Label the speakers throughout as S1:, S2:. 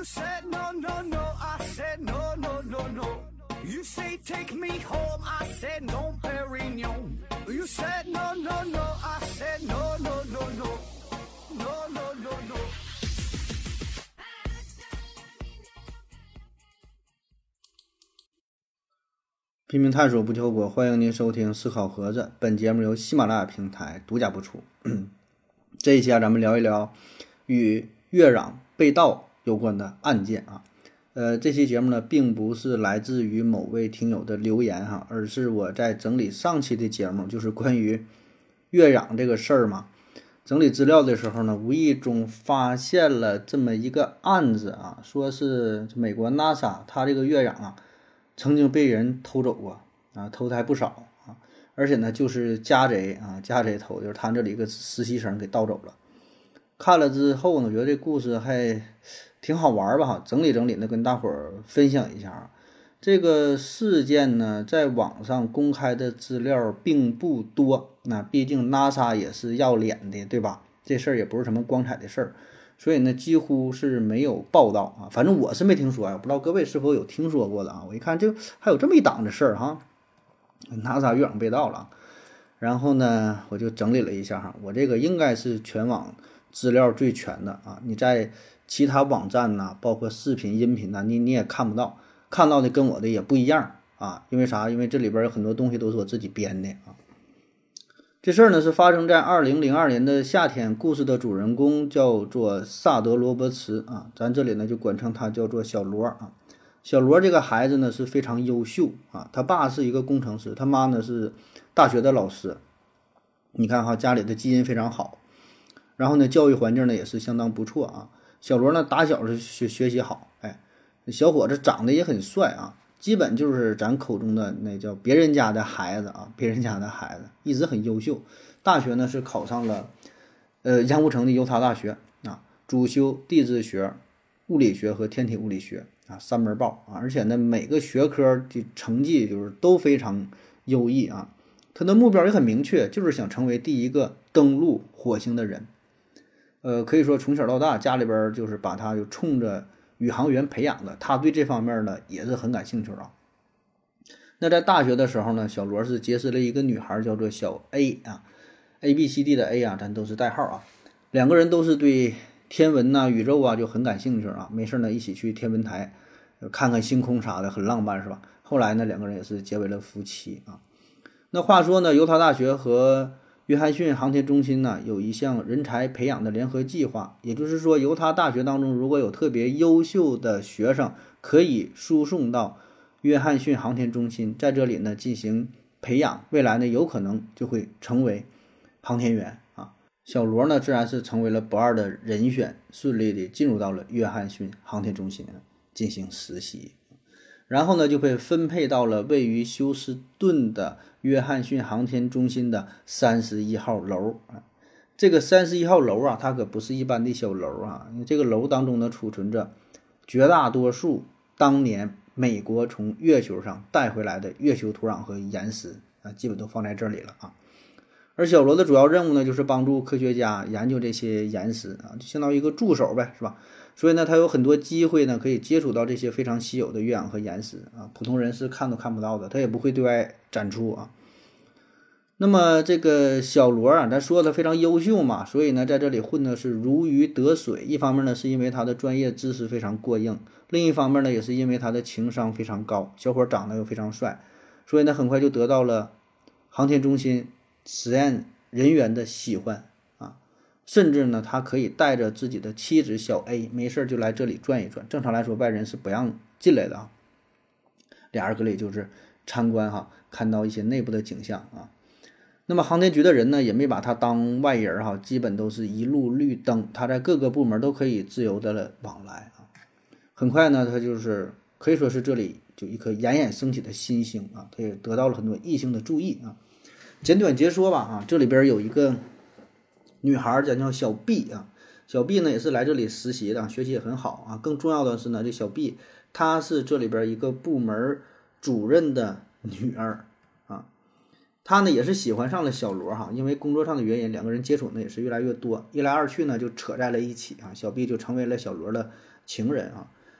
S1: said no, no, no, I said no, no, no, no. You say take me home, I said no, Perignon. You said no, no, no, I said no, no, no, no. No, no, no, no.
S2: 拼命探索不求果，欢迎您收听思考盒子。本节目由喜马拉雅平台独家播出。这一期咱们聊一聊与月壤被盗有关的案件啊。这期节目呢，并不是来自于某位听友的留言哈，而是我在整理上期的节目，就是关于月壤这个事儿嘛。整理资料的时候呢，无意中发现了这么一个案子啊，说是美国 NASA 它这个月壤啊，曾经被人偷走过啊，偷的还不少啊，而且呢，就是家贼偷，就是他这里一个实习生给盗走了。看了之后呢，我觉得这故事还挺好玩吧，整理整理呢，跟大伙儿分享一下啊。这个事件呢，在网上公开的资料并不多，那毕竟 NASA 也是要脸的，对吧？这事儿也不是什么光彩的事儿，所以呢，几乎是没有报道啊。反正我是没听说呀，不知道各位是否有听说过的啊？我一看，就还有这么一档子事儿哈，NASA 月壤被盗了。然后呢，我就整理了一下哈，我这个应该是全网资料最全的啊。你在其他网站呐，包括视频、音频呐，你也看不到。看到的跟我的也不一样啊，因为啥？因为这里边有很多东西都是我自己编的啊。这事儿呢是发生在2002年的夏天，故事的主人公叫做萨德罗伯茨啊，咱这里呢就管称他叫做小罗啊。小罗这个孩子呢是非常优秀啊，他爸是一个工程师，他妈呢是大学的老师。你看哈，家里的基因非常好，然后呢教育环境呢也是相当不错啊。小罗呢打小是学习好，哎。小伙子长得也很帅啊，基本就是咱口中的那叫别人家的孩子啊，别人家的孩子一直很优秀。大学呢是考上了盐湖城的犹他大学啊，主修地质学、物理学和天体物理学啊，3门报啊，而且呢每个学科的成绩就是都非常优异啊。他的目标也很明确，就是想成为第一个登陆火星的人。可以说从小到大家里边就是把他就冲着宇航员培养的，他对这方面呢也是很感兴趣啊。那在大学的时候呢，小罗是结识了一个女孩，叫做小 A 啊 ，ABCD 的 A 啊，咱都是代号啊。两个人都是对天文呐、宇宙啊就很感兴趣啊，没事呢一起去天文台看看星空啥的，很浪漫是吧？后来呢，两个人也是结为了夫妻啊。那话说呢，犹他大学和约翰逊航天中心呢有一项人才培养的联合计划，也就是说，犹他大学当中如果有特别优秀的学生，可以输送到约翰逊航天中心，在这里呢进行培养，未来呢有可能就会成为航天员啊。小罗呢自然是成为了不二的人选，顺利的进入到了约翰逊航天中心进行实习。然后呢，就被分配到了位于休斯顿的约翰逊航天中心的31号楼啊。这个31号楼啊，它可不是一般的小楼啊，因为这个楼当中呢，储存着绝大多数当年美国从月球上带回来的月球土壤和岩石啊，基本都放在这里了啊。而小罗的主要任务呢，就是帮助科学家研究这些岩石啊，就相当于一个助手呗，是吧？所以呢，他有很多机会呢，可以接触到这些非常稀有的月壤和岩石啊，普通人是看都看不到的，他也不会对外展出啊。那么这个小罗啊，咱说他非常优秀嘛，所以呢，在这里混的是如鱼得水。一方面呢，是因为他的专业知识非常过硬；另一方面呢，也是因为他的情商非常高，小伙长得又非常帅，所以呢，很快就得到了航天中心实验人员的喜欢。甚至呢，他可以带着自己的妻子小 A 没事就来这里转一转。正常来说，外人是不让进来的啊。俩人搁里就是参观哈，看到一些内部的景象啊。那么航天局的人呢，也没把他当外人哈，基本都是一路绿灯，他在各个部门都可以自由的往来啊。很快呢，他就是可以说是这里就一颗冉冉升起的新星啊，他也得到了很多异性的注意啊。简短截说吧啊，这里边有一个女孩叫小 B 啊，小 B 呢也是来这里实习的，学习也很好啊。更重要的是呢，这小 B 她是这里边一个部门主任的女儿啊。她呢也是喜欢上了小罗哈，因为工作上的原因，两个人接触呢也是越来越多，一来二去呢就扯在了一起啊。小 B 就成为了小罗的情人啊。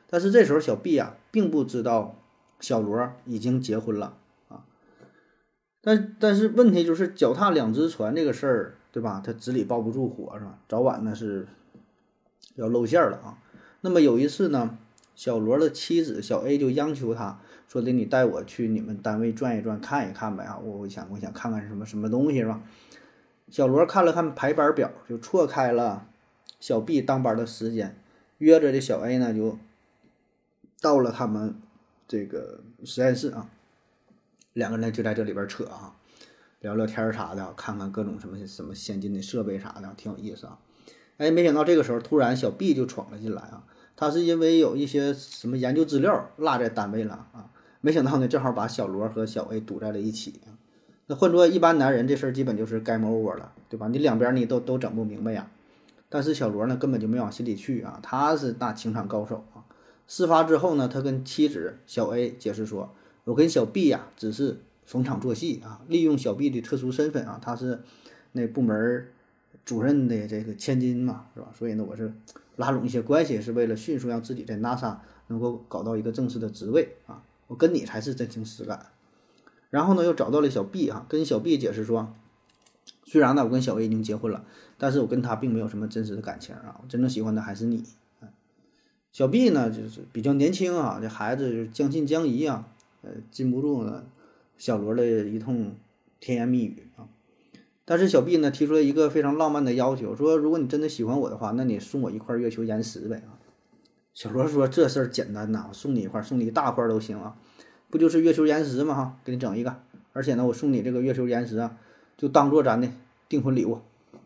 S2: 但是这时候小 B 啊并不知道小罗已经结婚了啊。但是问题就是脚踏两只船这个事儿，对吧？它纸里包不住火是吧？早晚呢是要露馅了啊。那么有一次呢，小罗的妻子小 A 就央求他说的：“你带我去你们单位转一转，看一看呗啊！我想看看什么东西是吧？”小罗看了看排班表，就错开了小 B 当班的时间，约着这小 A 呢就到了他们这个实验室啊，两个人就在这里边扯啊，聊聊天啥的，看看各种什么先进的设备啥的，挺有意思啊。哎，没想到这个时候突然小 B 就闯了进来啊，他是因为有一些什么研究资料落在单位了啊，没想到呢正好把小罗和小 A 堵在了一起啊。那换做一般男人，这事儿基本就是 game over 了，对吧？你两边你都整不明白呀。但是小罗呢根本就没往心里去啊，他是大情场高手啊。事发之后呢，他跟妻子小 A 解释说，我跟小 B 呀只是逢场作戏啊，利用小 B 的特殊身份啊，他是那部门主任的这个千金嘛，是吧？所以呢，我是拉拢一些关系，是为了迅速让自己在 NASA 能够搞到一个正式的职位啊。我跟你才是真情实感。然后呢，又找到了小 B 啊，跟小 B 解释说，虽然呢我跟小 A 已经结婚了，但是我跟他并没有什么真实的感情啊，我真正喜欢的还是你。小 B 呢就是比较年轻啊，这孩子就是将信将疑啊，禁不住呢小罗的一通甜言蜜语啊。但是小 B 呢提出了一个非常浪漫的要求，说如果你真的喜欢我的话，那你送我一块月球岩石呗啊。小罗说这事儿简单呐，我送你一块，送你一大块都行啊，不就是月球岩石吗？哈，给你整一个，而且呢，我送你这个月球岩石啊，就当做咱的订婚礼物。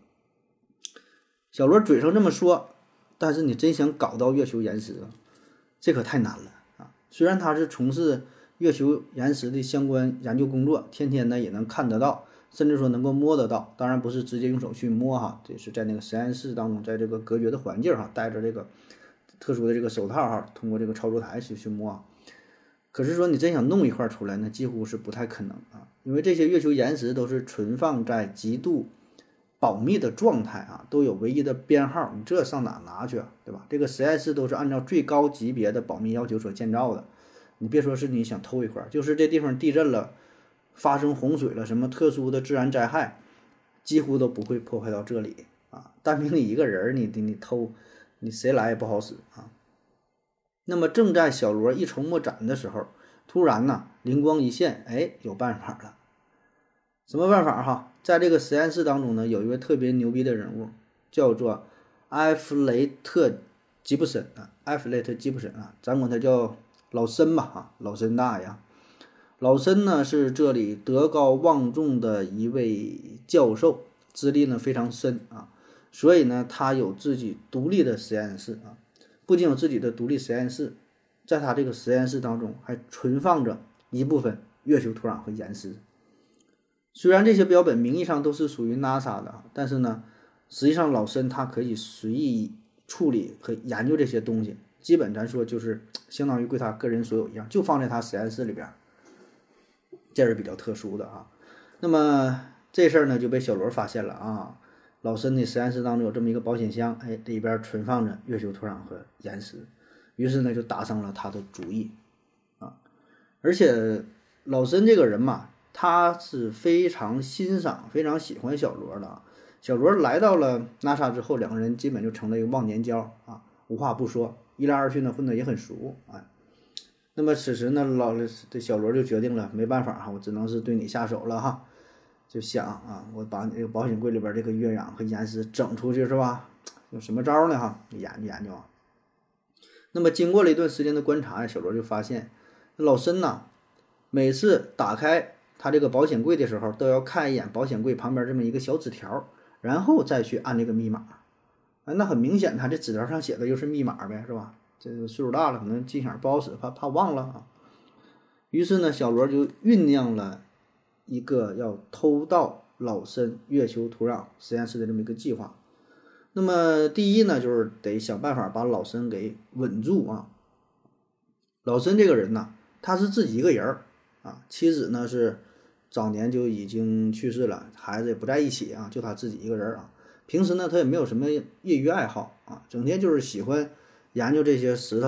S2: 小罗嘴上这么说，但是你真想搞到月球岩石啊，这可太难了啊！虽然他是从事月球岩石的相关研究工作，天天呢也能看得到，甚至说能够摸得到，当然不是直接用手去摸哈，这是在那个实验室当中，在这个隔绝的环境哈，带着这个特殊的这个手套哈，通过这个操作台去摸。可是说你真想弄一块出来，那几乎是不太可能啊，因为这些月球岩石都是存放在极度保密的状态啊，都有唯一的编号，你这上哪拿去啊，对吧？这个实验室都是按照最高级别的保密要求所建造的，你别说是你想偷一块，就是这地方地震了，发生洪水了，什么特殊的自然灾害，几乎都不会破坏到这里啊。单凭你一个人，你偷，你谁来也不好使啊。那么正在小罗一筹莫展的时候，突然呢灵光一现，哎，有办法了。什么办法哈？在这个实验室当中呢，有一位特别牛逼的人物，叫做埃弗雷特·吉布森啊，埃弗雷特·吉布森啊，咱管他叫老森吧啊，老森大爷。老森呢是这里德高望重的一位教授，资历呢非常深啊，所以呢他有自己独立的实验室啊。不仅有自己的独立实验室，在他这个实验室当中还存放着一部分月球土壤和岩石。虽然这些标本名义上都是属于 NASA 的，但是呢，实际上老森他可以随意处理和研究这些东西，基本咱说就是相当于归他个人所有一样，就放在他实验室里边，这是比较特殊的啊。那么这事儿呢就被小罗发现了啊。老森的实验室当中有这么一个保险箱，哎，里边存放着月球土壤和岩石，于是呢就打上了他的主意啊。而且老森这个人嘛，他是非常欣赏、非常喜欢小罗的啊。小罗来到了 NASA 之后，两个人基本就成了一个忘年交啊，无话不说，一来二去呢混得也很熟啊。那么此时呢，这小罗就决定了，没办法哈，我只能是对你下手了哈。就想啊，我把你这个保险柜里边这个月壤和岩石整出去是吧？有什么招呢哈？你研究研究啊。那么经过了一段时间的观察呀，小罗就发现老森呐，每次打开他这个保险柜的时候，都要看一眼保险柜旁边这么一个小纸条，然后再去按这个密码。啊，那很明显，他这纸条上写的就是密码呗，是吧？这个岁数大了，可能记性不好使，怕忘了啊。于是呢，小罗就酝酿了一个要偷盗老森月球土壤实验室的这么一个计划。那么第一呢，就是得想办法把老森给稳住啊。老森这个人呢，他是自己一个人啊，妻子呢是早年就已经去世了，孩子也不在一起啊，就他自己一个人啊。平时呢，他也没有什么业余爱好啊，整天就是喜欢研究这些石头啊，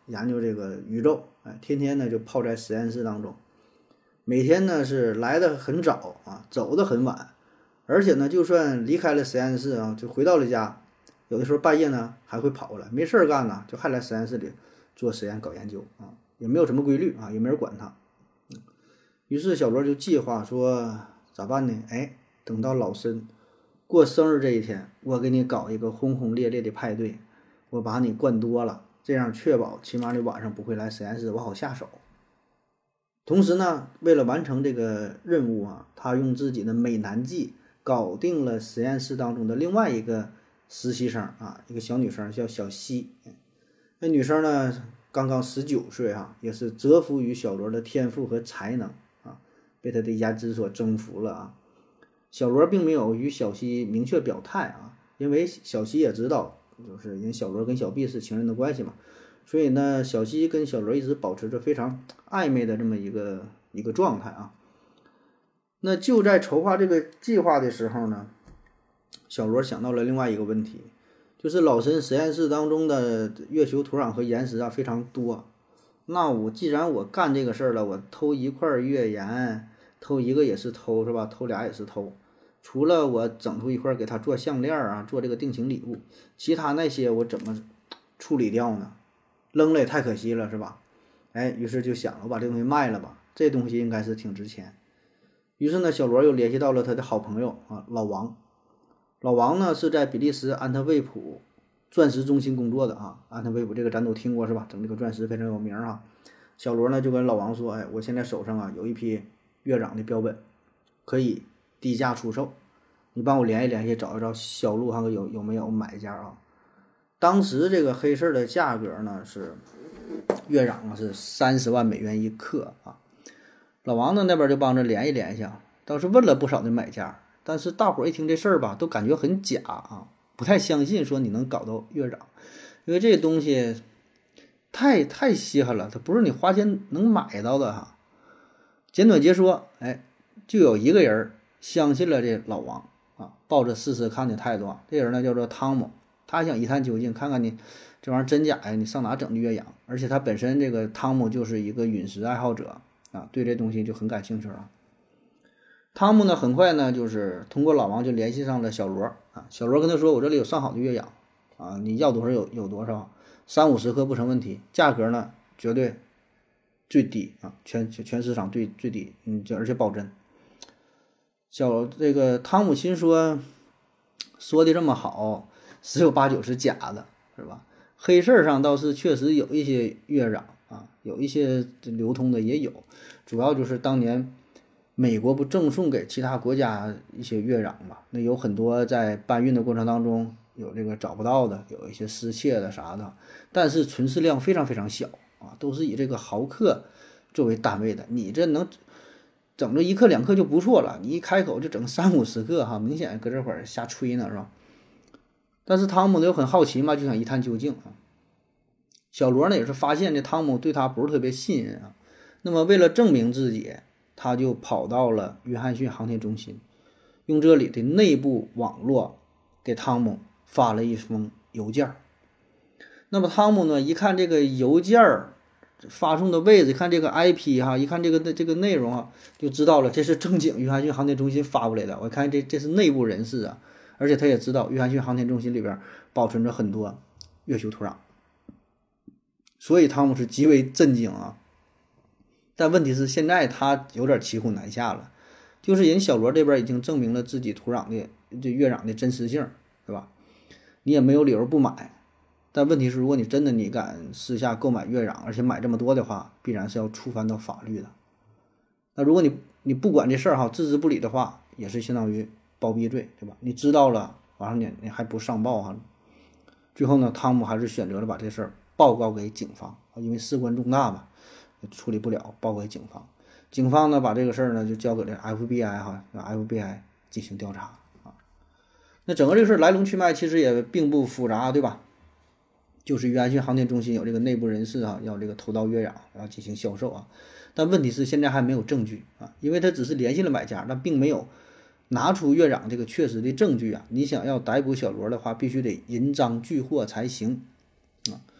S2: 研究这个宇宙，天天呢就泡在实验室当中，每天呢是来的很早啊，走的很晚，而且呢就算离开了实验室啊，就回到了家，有的时候半夜呢还会跑过来，没事儿干呢，就还来实验室里做实验搞研究啊，也没有什么规律啊，也没人管他。于是小罗就计划说咋办呢？等到老申过生日这一天，我给你搞一个轰轰烈烈的派对，我把你灌多了，这样确保起码你晚上不会来实验室，我好下手。同时呢，为了完成这个任务啊，他用自己的美男计搞定了实验室当中的另外一个实习生啊，一个小女生叫小西。那女生呢刚刚19岁啊，也是折服于小罗的天赋和才能啊，被他的颜值所征服了啊。小罗并没有与小西明确表态啊，因为小西也知道，就是因为小罗跟小 B 是情人的关系嘛，所以呢，小西跟小罗一直保持着非常暧昧的这么一个状态啊。那就在筹划这个计划的时候呢，小罗想到了另外一个问题，就是老申实验室当中的月球土壤和岩石啊非常多，那既然我干这个事儿了，我偷一块月岩，偷一个也是偷是吧？偷俩也是偷。除了我整出一块给他做项链啊，做这个定情礼物，其他那些我怎么处理掉呢？扔了也太可惜了，是吧？于是就想了，我把这东西卖了吧，这东西应该是挺值钱。于是呢，小罗又联系到了他的好朋友啊，老王。老王呢是在比利时安特卫普钻石中心工作的啊，安特卫普这个咱都听过是吧？整这个钻石非常有名啊。小罗呢就跟老王说，我现在手上啊有一批月壤的标本，可以低价出售，你帮我联系联系，找一找销路上有没有买家啊？当时这个黑市的价格呢是月壤啊是30万美元一克啊。老王呢那边就帮着联系联系啊，倒是问了不少的买家，但是大伙儿一听这事儿吧，都感觉很假啊，不太相信说你能搞到月壤，因为这东西太稀罕了，它不是你花钱能买到的哈。简短截说，就有一个人相信了这老王啊，抱着试试看的态度啊。这人呢叫做汤姆，他想一探究竟，看看你这玩意儿真假呀，你上哪整的月壤？而且他本身这个汤姆就是一个陨石爱好者啊，对这东西就很感兴趣了。汤姆呢很快呢就是通过老王就联系上了小罗啊，小罗跟他说，我这里有上好的月壤啊，你要多少有多少，30-50克不成问题，价格呢绝对最低啊，全市场最低，而且保真。这个汤姆心说的这么好，十有八九是假的，是吧？黑市上倒是确实有一些月壤啊，有一些流通的也有，主要就是当年美国不赠送给其他国家一些月壤嘛，那有很多在搬运的过程当中有这个找不到的，有一些失窃的啥的，但是存世量非常非常小啊，都是以这个毫克作为单位的，你这能整着1克2克就不错了，你一开口就整30-50克哈，明显搁这会儿瞎吹呢是吧？但是汤姆呢又很好奇嘛，就想一探究竟啊。小罗呢也是发现这汤姆对他不是特别信任啊，那么为了证明自己，他就跑到了约翰逊航天中心，用这里的内部网络给汤姆发了一封邮件。那么汤姆呢一看这个邮件发送的位置，看这个 IP 哈，一看这个内容啊，就知道了这是正经约翰逊航天中心发过来的。我看这是内部人士啊，而且他也知道约翰逊航天中心里边保存着很多月球土壤，所以汤姆是极为震惊啊。但问题是现在他有点骑虎难下了，就是人小罗这边已经证明了自己土壤的这月壤的真实性，对吧？你也没有理由不买。但问题是，如果你敢私下购买月壤，而且买这么多的话，必然是要触犯到法律的。那如果你不管这事儿哈，置之不理的话，也是相当于包庇罪，对吧？你知道了，完了你还不上报哈。最后呢，汤姆还是选择了把这事儿报告给警方，因为事关重大嘛，处理不了，报给警方。警方呢把这个事儿呢就交给了 FBI 哈，让 FBI 进行调查啊。那整个这个事儿来龙去脉其实也并不复杂，对吧？就是约翰逊航天中心有这个内部人士啊，要这个偷盗月壤，要进行销售啊。但问题是现在还没有证据啊，因为他只是联系了买家，但并没有拿出月壤这个确实的证据啊。你想要逮捕小罗的话，必须得银章俱获才行啊。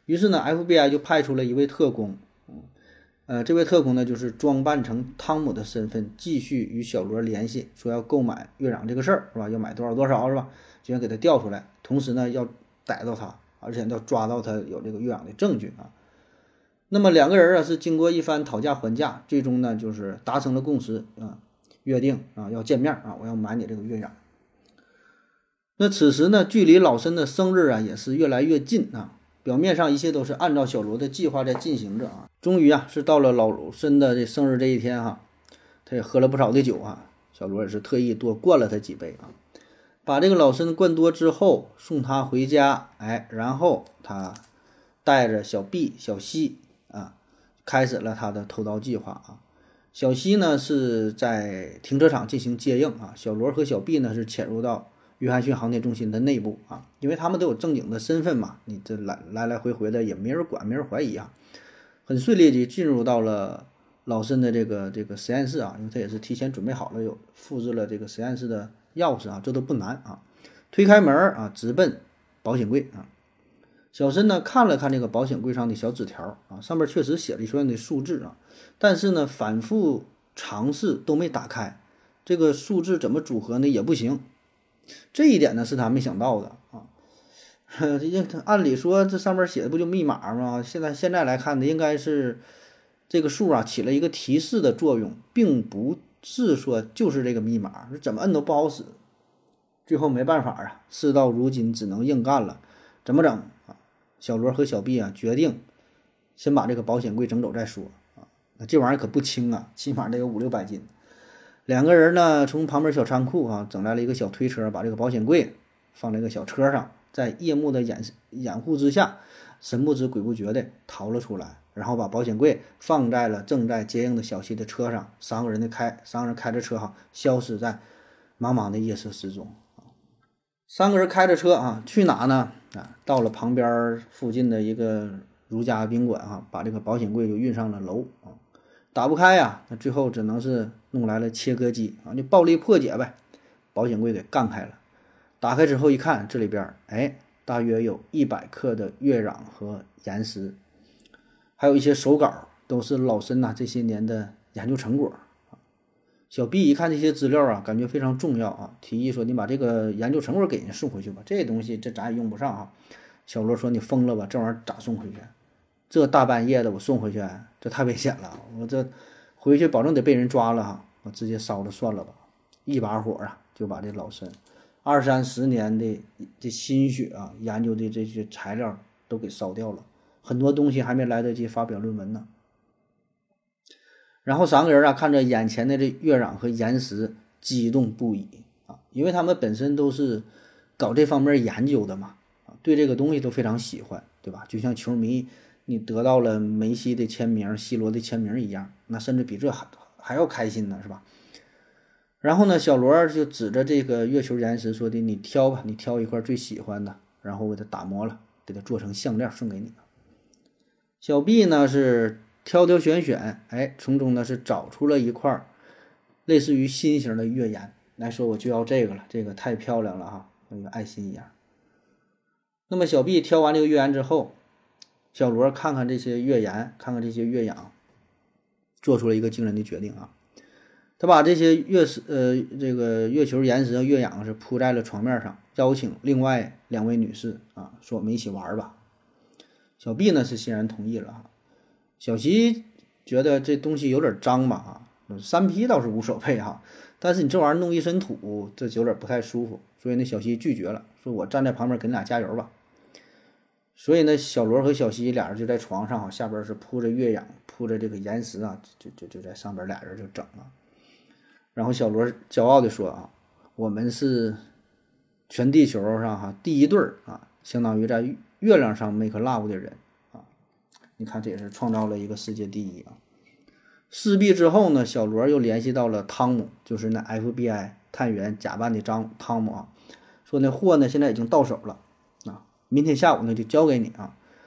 S2: 于是呢 FBI 就派出了一位特工，这位特工呢就是装扮成汤姆的身份，继续与小罗联系，说要购买月壤这个事儿，是吧？要买多少多少，是吧？就要给他调出来，同时呢要逮到他，而且要抓到他有这个月壤的证据啊。那么两个人啊是经过一番讨价还价，最终呢就是达成了共识啊，约定啊要见面啊，我要买你这个月壤。那此时呢，距离老申的生日啊也是越来越近啊。表面上一切都是按照小罗的计划在进行着啊。终于啊是到了老申的这生日这一天哈，他也喝了不少的酒啊。小罗也是特意多灌了他几杯啊。把这个老申灌多之后，送他回家，然后他带着小 B 小西啊，开始了他的偷盗计划啊。小西呢是在停车场进行接应啊，小罗和小 B 呢是潜入到约翰逊航天中心的内部啊，因为他们都有正经的身份嘛，你这来回回的也没人管，没人怀疑啊，很顺利地进入到了老申的这个实验室啊，因为他也是提前准备好了，有复制了这个实验室的钥匙啊，这都不难啊。推开门啊，直奔保险柜啊。小申呢看了看这个保险柜上的小纸条啊，上面确实写了一串的数字啊，但是呢反复尝试都没打开，这个数字怎么组合呢也不行。这一点呢是他没想到的啊。按理说这上面写的不就密码吗？现在来看呢，应该是这个数啊起了一个提示的作用，并不是说就是这个密码，怎么摁都不好使。最后没办法啊，事到如今只能硬干了。怎么整啊？小罗和小 B 啊决定先把这个保险柜整走再说啊。那这玩意儿可不轻啊，起码得有500-600斤。两个人呢从旁边小仓库啊整来了一个小推车，把这个保险柜放在一个小车上，在夜幕的掩护之下，神不知鬼不觉的逃了出来，然后把保险柜放在了正在接应的小西的车上，三个人开着车消失在茫茫的夜色之中。三个人开着车啊去哪呢？到了旁边附近的一个如家宾馆把这个保险柜就运上了楼啊。打不开呀，那最后只能是弄来了切割机啊，就暴力破解呗，保险柜给干开了。打开之后一看，这里边大约有100克的月壤和岩石，还有一些手稿，都是老申这些年的研究成果。小 B 一看这些资料啊，感觉非常重要啊，提议说你把这个研究成果给人送回去吧，这东西咱也用不上啊。小罗说你疯了吧，这玩意儿咋送回去？这大半夜的我送回去，这太危险了，我这回去保证得被人抓了我直接烧了算了吧。一把火就把这老申20-30年的这心血研究的这些材料都给烧掉了，很多东西还没来得及发表论文呢。然后三个人看着眼前的这月壤和岩石激动不已因为他们本身都是搞这方面研究的嘛对这个东西都非常喜欢，对吧？就像球迷你得到了梅西的签名、C罗的签名一样，那甚至比这还要开心呢，是吧？然后呢，小罗就指着这个月球岩石说的：“你挑吧，你挑一块最喜欢的，然后我给它打磨了，给它做成项链送给你。”小 B 呢是挑选，从中呢是找出了一块类似于心形的月岩，来说我就要这个了，这个太漂亮了像一个爱心一样。那么小 B 挑完这个月岩之后，小罗看看这些月岩，看看这些月壤，做出了一个惊人的决定他把这些这个月球岩石和月壤是铺在了床面上，邀请另外2位女士说我们一起玩吧。小 B 呢是欣然同意了小西觉得这东西有点脏吧3P 倒是无所谓但是你这玩意儿弄一身土，这有点不太舒服，所以呢小西拒绝了，说我站在旁边给你俩加油吧。所以呢小罗和小西俩人就在床上下边是铺着月壤，铺着这个岩石就在上边俩人就整了。然后小罗骄傲地说我们是全地球上第一对相当于在月亮上 make love 的人你看这也是创造了一个世界第一事毕之后呢，小罗又联系到了汤姆，就是那 FBI 探员假扮的汤姆说那货呢现在已经到手了明天下午呢就交给你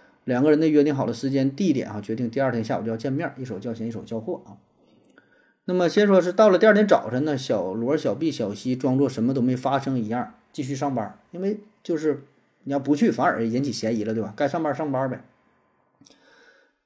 S2: 2个人呢约定好了时间地点决定第2天下午就要见面，一手交钱一手交货那么先说是到了第2天早晨呢，小罗、小 B、小西装作什么都没发生一样继续上班，因为就是你要不去反而引起嫌疑了，对吧？该上班上班呗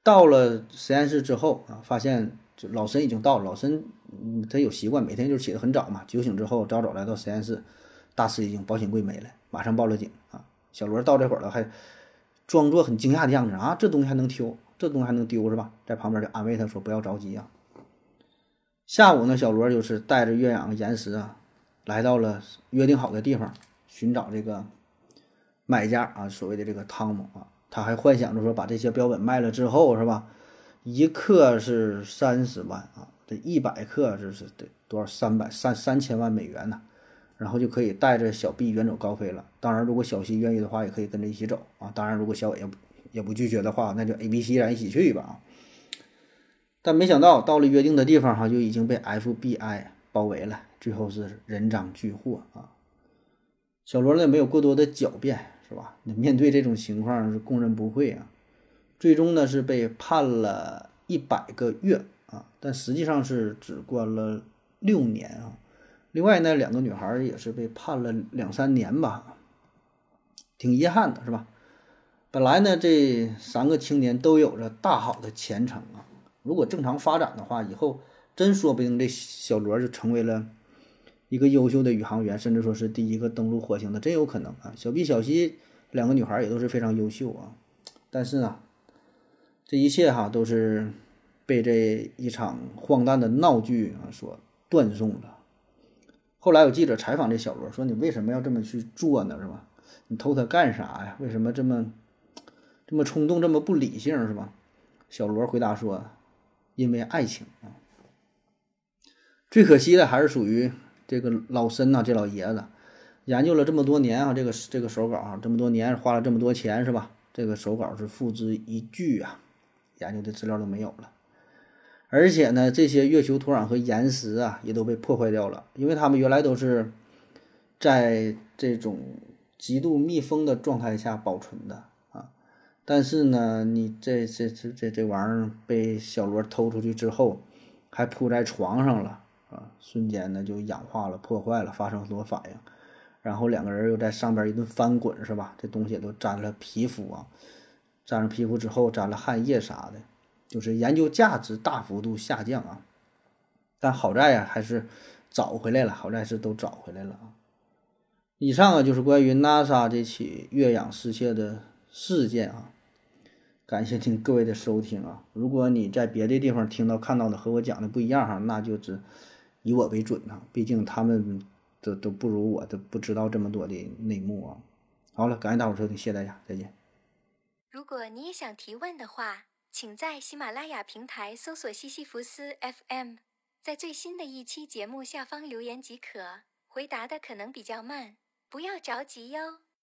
S2: 到了实验室之后啊，发现就老申已经到了。老申他有习惯，每天就起得很早嘛，酒醒之后早早来到实验室，大师已经保险柜没了，马上报了警啊。小罗到这会儿了，还装作很惊讶的样子啊，这东西还能丢，这东西还能丢是吧？在旁边就安慰他说不要着急啊。下午呢，小罗就是带着岳阳、岩石啊，来到了约定好的地方，寻找这个买家啊，所谓的这个汤姆啊。他还幻想着说把这些标本卖了之后是吧，一克是30万啊，这100克这是得多少3000万美元呢，然后就可以带着小 B 远走高飞了。当然如果小 C 愿意的话也可以跟着一起走啊，当然如果小伟也不拒绝的话，那就 ABC 咱一起去吧。但没想到到了约定的地方哈，就已经被 FBI 包围了，最后是人赃俱获啊。小罗呢没有过多的狡辩是吧？面对这种情况是供认不讳啊。最终呢是被判了100个月啊，但实际上是只关了6年啊。另外呢2个女孩也是被判了2-3年吧，挺遗憾的是吧？本来呢这3个青年都有着大好的前程啊，如果正常发展的话，以后真说不定这小罗就成为了一个优秀的宇航员，甚至说是第一个登陆火星的，真有可能啊。小 B 小 C 2个女孩也都是非常优秀啊，但是呢这一切哈都是被这一场荒诞的闹剧啊所断送了。后来有记者采访这小罗说，你为什么要这么去做呢是吧？你偷他干啥呀？为什么这么冲动，这么不理性是吧？小罗回答说，因为爱情啊。最可惜的还是属于这个老申呐，这老爷子研究了这么多年啊，这个手稿啊，这么多年花了这么多钱是吧？这个手稿是付之一炬啊，研究的资料都没有了。而且呢，这些月球土壤和岩石啊，也都被破坏掉了，因为他们原来都是在这种极度密封的状态下保存的啊。但是呢，你这玩意儿被小罗偷出去之后，还铺在床上了啊，瞬间呢就氧化了、破坏了，发生很多反应。然后2个人又在上边一顿翻滚是吧？这东西也都沾了皮肤啊，沾上皮肤之后沾了汗液啥的，就是研究价值大幅度下降啊。但好在啊还是找回来了，好在是都找回来了啊。以上啊就是关于 NASA 这起月壤失窃的事件啊。感谢听各位的收听啊！如果你在别的地方听到看到的和我讲的不一样哈，那就只以我为准啊，毕竟他们都不如我，都不知道这么多的内幕啊。好了，感谢大伙儿收听，谢谢大家，再见。
S3: 如果你也想提问的话，请在喜马拉雅平台搜索西西弗斯 FM， 在最新的一期节目下方留言即可，回答的可能比较慢，不要着急哟。